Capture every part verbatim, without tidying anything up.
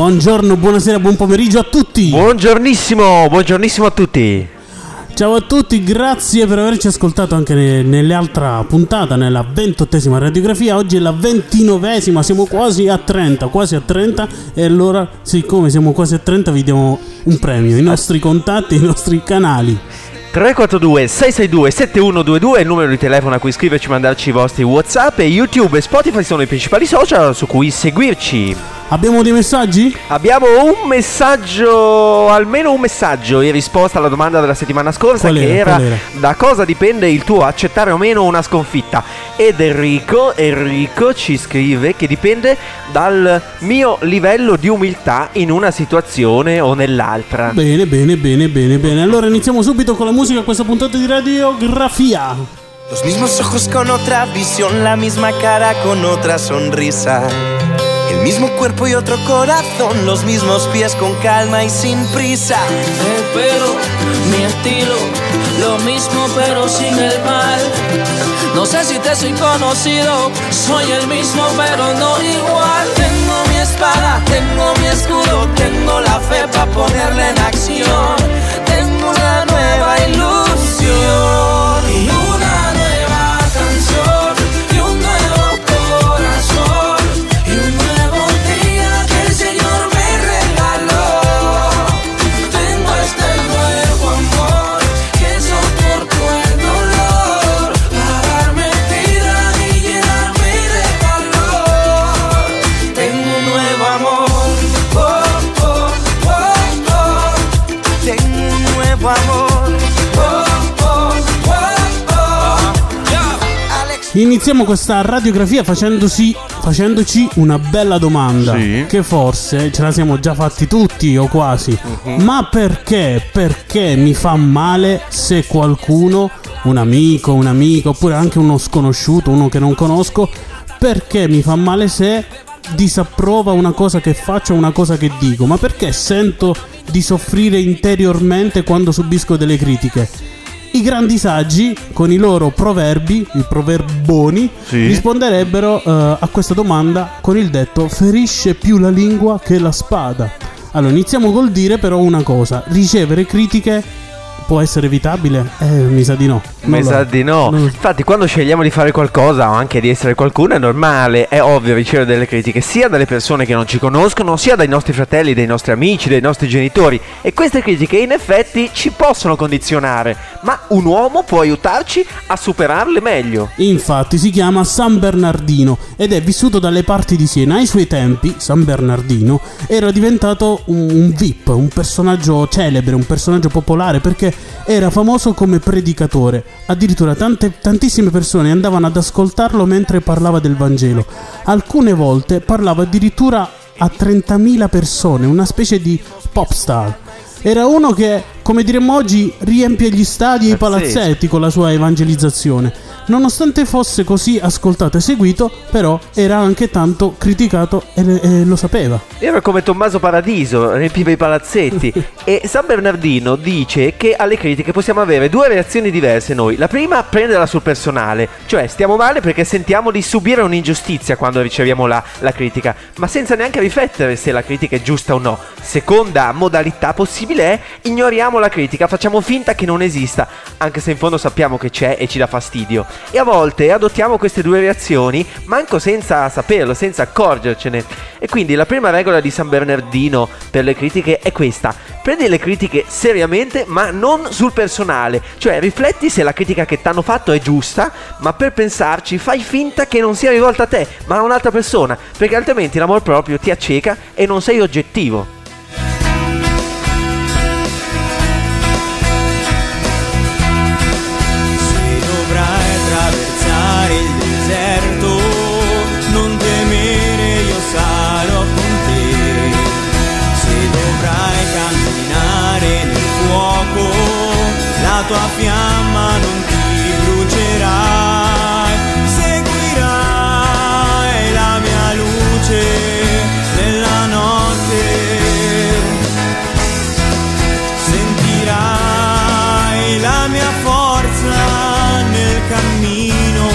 Buongiorno, buonasera, buon pomeriggio a tutti. Buongiornissimo, buongiornissimo a tutti. Ciao a tutti, grazie per averci ascoltato anche ne- nell'altra puntata, nella ventottesima radiografia. Oggi è la ventinovesima, siamo quasi a trenta, quasi a trenta. E allora, siccome siamo quasi a trenta, vi diamo un premio, i nostri contatti, i nostri canali. tre quattro due sei sei due sette uno due due è il numero di telefono a cui scriverci, mandarci i vostri WhatsApp, e YouTube e Spotify sono i principali social su cui seguirci. Abbiamo dei messaggi? Abbiamo un messaggio, almeno un messaggio in risposta alla domanda della settimana scorsa, Qual che era? era, era da cosa dipende il tuo accettare o meno una sconfitta. Ed Enrico, Enrico ci scrive che dipende dal mio livello di umiltà in una situazione o nell'altra. Bene, bene, bene, bene, bene. Allora iniziamo subito con la musica a questa puntata di radiografia. Los mismos ojos con otra visión, la misma cara con otra sonrisa. El mismo cuerpo y otro corazón, los mismos pies con calma y sin prisa. El pelo, mi estilo, lo mismo pero sin el mal. No sé si te soy conocido, soy el mismo pero no igual. Tengo mi espada, tengo mi escudo, tengo la fe para ponerla en acción. Tengo una nueva ilusión y una nueva canción y un nuevo corazón y un nuevo día que el Señor me regaló. Tengo este nuevo amor que soportó el dolor para darme vida y llenarme de valor. Tengo un nuevo amor, oh, oh, oh, oh. Tengo un nuevo amor. Iniziamo questa radiografia facendosi, facendoci una bella domanda, Sì. che forse ce la siamo già fatti tutti o quasi. Uh-huh. Ma perché, perché mi fa male se qualcuno, un amico, un'amica, oppure anche uno sconosciuto, uno che non conosco, perché mi fa male se disapprova una cosa che faccio, una cosa che dico? Ma perché sento di soffrire interiormente quando subisco delle critiche? I grandi saggi, con i loro proverbi, i proverboni, Sì. risponderebbero eh, a questa domanda con il detto: ferisce più la lingua che la spada. Allora, iniziamo col dire però una cosa: ricevere critiche può essere evitabile? Eh, mi sa di no. Non Mi lo- sa di no. non- Infatti, quando scegliamo di fare qualcosa o anche di essere qualcuno, è normale, è ovvio ricevere delle critiche sia dalle persone che non ci conoscono, sia dai nostri fratelli, dai nostri amici, dai nostri genitori. E queste critiche in effetti ci possono condizionare, ma un uomo può aiutarci a superarle meglio. Infatti si chiama San Bernardino ed è vissuto dalle parti di Siena. Ai suoi tempi San Bernardino era diventato un, un V I P, un personaggio celebre, un personaggio popolare, perché era famoso come predicatore. Addirittura tante, tantissime persone andavano ad ascoltarlo mentre parlava del Vangelo. Alcune volte parlava addirittura a trentamila persone, una specie di pop star. Era uno che, come diremmo oggi, riempie gli stadi e i palazzetti con la sua evangelizzazione. Nonostante fosse così ascoltato e seguito, però era anche tanto criticato e, le- e lo sapeva. Era come Tommaso Paradiso, riempiva i palazzetti. E San Bernardino dice che alle critiche possiamo avere due reazioni diverse noi. La prima, prenderla sul personale, cioè stiamo male perché sentiamo di subire un'ingiustizia quando riceviamo la, la critica, ma senza neanche riflettere se la critica è giusta o no. Seconda modalità possibile è: ignoriamo la critica, facciamo finta che non esista, anche se in fondo sappiamo che c'è e ci dà fastidio. E a volte adottiamo queste due reazioni manco senza saperlo, senza accorgercene. E quindi la prima regola di San Bernardino per le critiche è questa: prendi le critiche seriamente, ma non sul personale. Cioè rifletti se la critica che t'hanno fatto è giusta, ma per pensarci fai finta che non sia rivolta a te, ma a un'altra persona, perché altrimenti l'amor proprio ti acceca e non sei oggettivo. Attraversare il deserto, non temere, io sarò con te. Se dovrai camminare nel fuoco, la tua fiamma non ti brucerai. Seguirai la mia luce nella notte, sentirai la mia forza nel cammino.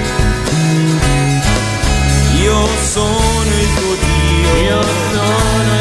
Io sono il tuo Dio, Io sono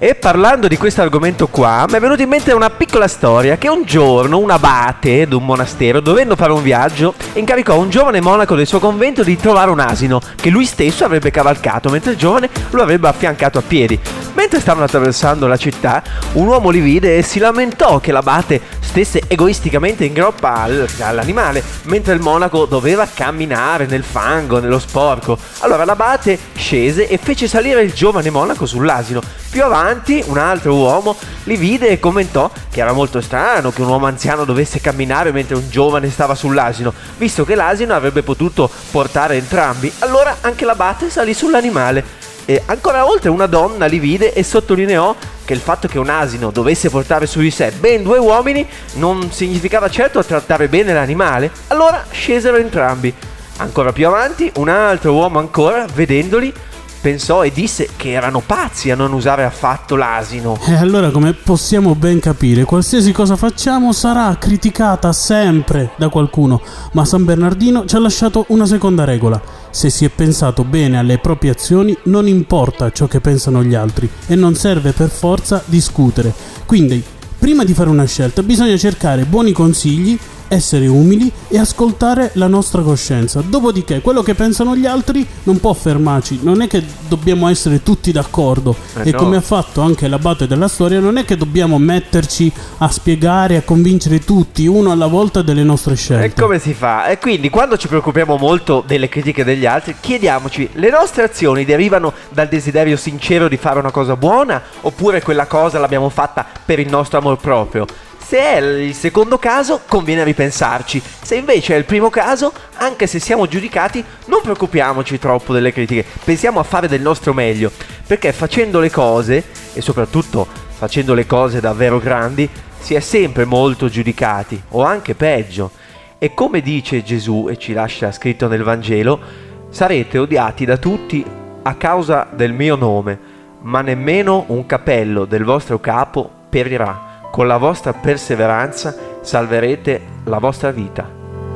E parlando di questo argomento qua, mi è venuta in mente una piccola storia che un giorno un abate d'un monastero, dovendo fare un viaggio, incaricò un giovane monaco del suo convento di trovare un asino che lui stesso avrebbe cavalcato, mentre il giovane lo avrebbe affiancato a piedi. Mentre stavano attraversando la città, un uomo li vide e si lamentò che l'abate stesse egoisticamente in groppa al, all'animale, mentre il monaco doveva camminare nel fango, nello sporco. Allora l'abate scese e fece salire il giovane monaco sull'asino. Più avanti un altro uomo li vide e commentò che era molto strano che un uomo anziano dovesse camminare mentre un giovane stava sull'asino, visto che l'asino avrebbe potuto portare entrambi. Allora anche l'abate salì sull'animale. E ancora oltre una donna li vide e sottolineò che il fatto che un asino dovesse portare su di sé ben due uomini non significava certo trattare bene l'animale. Allora scesero entrambi. Ancora più avanti un altro uomo ancora, vedendoli, pensò e disse che erano pazzi a non usare affatto l'asino. E allora, come possiamo ben capire, qualsiasi cosa facciamo sarà criticata sempre da qualcuno, ma San Bernardino ci ha lasciato una seconda regola: se si è pensato bene alle proprie azioni, non importa ciò che pensano gli altri e non serve per forza discutere. Quindi, prima di fare una scelta, bisogna cercare buoni consigli, essere umili e ascoltare la nostra coscienza. Dopodiché, quello che pensano gli altri non può fermarci. Non è che dobbiamo essere tutti d'accordo. Eh e no. come ha fatto anche l'abate della storia, non è che dobbiamo metterci a spiegare, a convincere tutti, uno alla volta, delle nostre scelte. E come si fa? E quindi quando ci preoccupiamo molto delle critiche degli altri, chiediamoci: le nostre azioni derivano dal desiderio sincero di fare una cosa buona, oppure quella cosa l'abbiamo fatta per il nostro amor proprio? Se è il secondo caso, conviene ripensarci. Se invece è il primo caso, anche se siamo giudicati, non preoccupiamoci troppo delle critiche. Pensiamo a fare del nostro meglio, perché facendo le cose, e soprattutto facendo le cose davvero grandi, si è sempre molto giudicati, o anche peggio. E come dice Gesù, e ci lascia scritto nel Vangelo, sarete odiati da tutti a causa del mio nome, ma nemmeno un capello del vostro capo perirà. Con la vostra perseveranza salverete la vostra vita.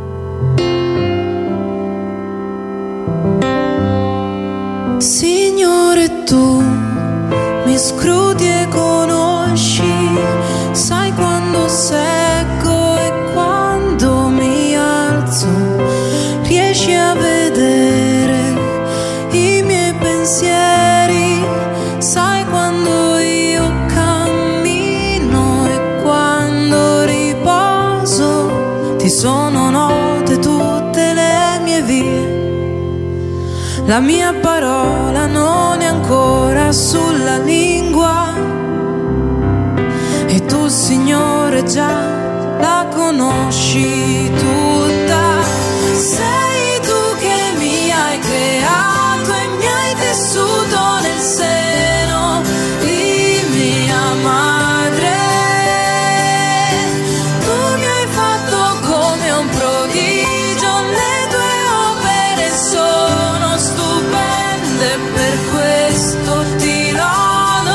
Signore, tu mi scruti e conosci, sai quando secco e quando mi alzo, riesci a vedere i miei pensieri, sai quando io cammino e quando riposo, ti sono note tutte le mie vie. La mia parola non è ancora sulla lingua e tu, Signore, già la conosci tutta. Sei tu che mi hai creato e mi hai tessuto nel seno di mia madre. Tu mi hai fatto come un prodigio, le tue opere sono stupende, per questo ti lodo.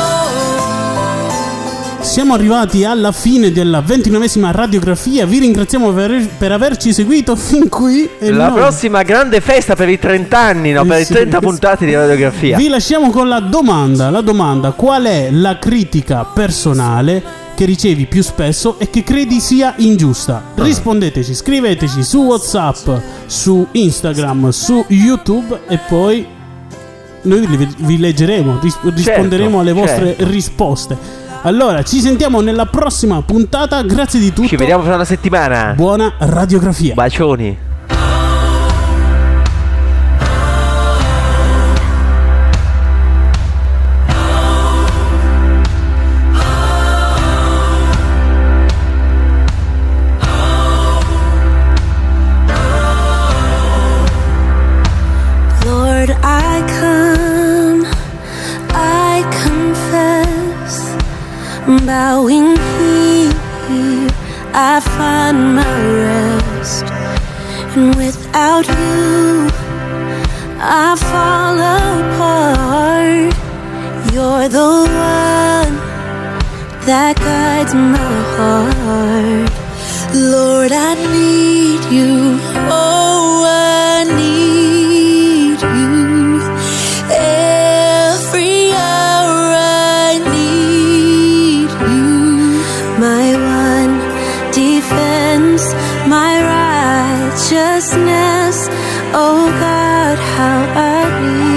Siamo arrivati alla fine della ventinovesima radiografia. Vi ringraziamo per, per averci seguito fin qui. E La noi prossima grande festa per i trenta anni, no? Per Eh i sì, trenta sì. puntate di radiografia. vi lasciamo con la domanda. La domanda: qual è la critica personale che ricevi più spesso e che credi sia ingiusta? Rispondeteci, scriveteci su WhatsApp, su Instagram, su YouTube e poi noi vi, vi leggeremo, ris- risponderemo alle vostre certo. risposte. Allora, ci sentiamo nella prossima puntata. Grazie di tutto. Ci vediamo fra una settimana. Buona radiografia. Bacioni. Lord, I come, I confess, bowing here, I find my rest, and without you, I fall apart. You're the one that guides my heart. Lord, I need you, oh, I need you. Every hour I sense, my righteousness. Oh God, how I need